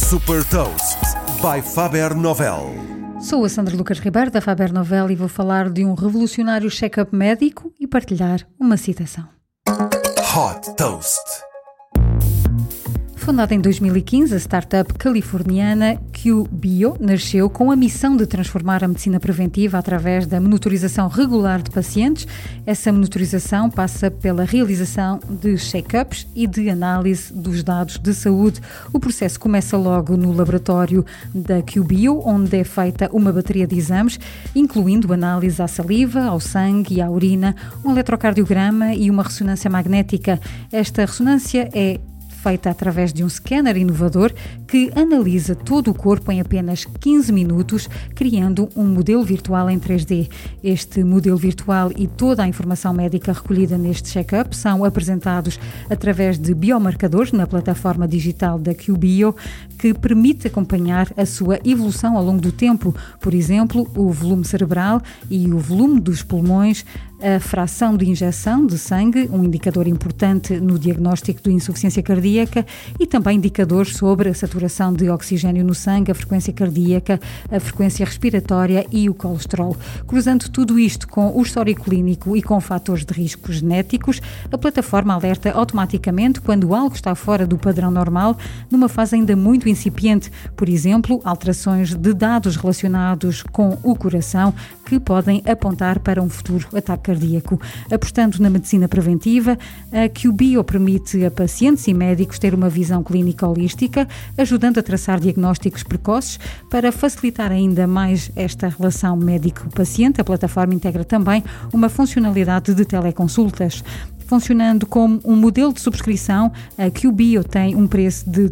Super Toast by Faber Novel. Sou a Sandra Lucas Ribeiro da Faber Novel e vou falar de um revolucionário check-up médico e partilhar uma citação. Hot Toast. Fundada em 2015, a startup californiana QBio nasceu com a missão de transformar a medicina preventiva através da monitorização regular de pacientes. Essa monitorização passa pela realização de check-ups e de análise dos dados de saúde. O processo começa logo no laboratório da QBio, onde é feita uma bateria de exames, incluindo análise à saliva, ao sangue e à urina, um eletrocardiograma e uma ressonância magnética. Esta ressonância é feita através de um scanner inovador que analisa todo o corpo em apenas 15 minutos, criando um modelo virtual em 3D. Este modelo virtual e toda a informação médica recolhida neste check-up são apresentados através de biomarcadores na plataforma digital da QBio, que permite acompanhar a sua evolução ao longo do tempo, por exemplo, o volume cerebral e o volume dos pulmões, a fração de injeção de sangue, um indicador importante no diagnóstico de insuficiência cardíaca, e também indicadores sobre a saturação de oxigênio no sangue, a frequência cardíaca, a frequência respiratória e o colesterol. Cruzando tudo isto com o histórico clínico e com fatores de risco genéticos, a plataforma alerta automaticamente quando algo está fora do padrão normal, numa fase ainda muito incipiente, por exemplo, alterações de dados relacionados com o coração que podem apontar para um futuro ataque cardíaco. Apostando na medicina preventiva, a QBio permite a pacientes e médicos ter uma visão clínica holística, ajudando a traçar diagnósticos precoces. Para facilitar ainda mais esta relação médico-paciente, a plataforma integra também uma funcionalidade de teleconsultas. Funcionando como um modelo de subscrição, a QBio tem um preço de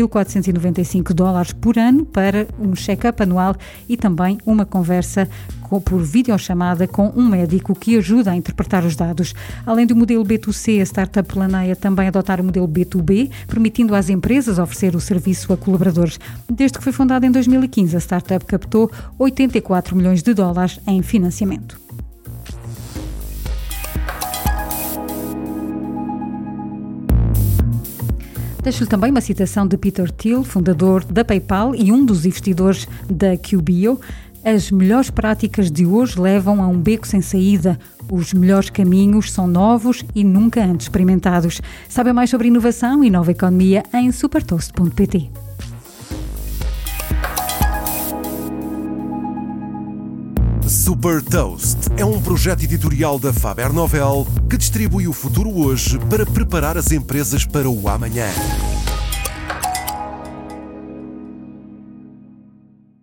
$3.495 por ano para um check-up anual e também uma conversa por videochamada com um médico que ajuda a interpretar os dados. Além do modelo B2C, a startup planeia também adotar o modelo B2B, permitindo às empresas oferecer o serviço a colaboradores. Desde que foi fundada em 2015, a startup captou $84 milhões em financiamento. Deixo-lhe também uma citação de Peter Thiel, fundador da PayPal e um dos investidores da QBio. As melhores práticas de hoje levam a um beco sem saída. Os melhores caminhos são novos e nunca antes experimentados. Saiba mais sobre inovação e nova economia em supertoast.pt. Super Toast é um projeto editorial da Faber Novel que distribui o futuro hoje para preparar as empresas para o amanhã.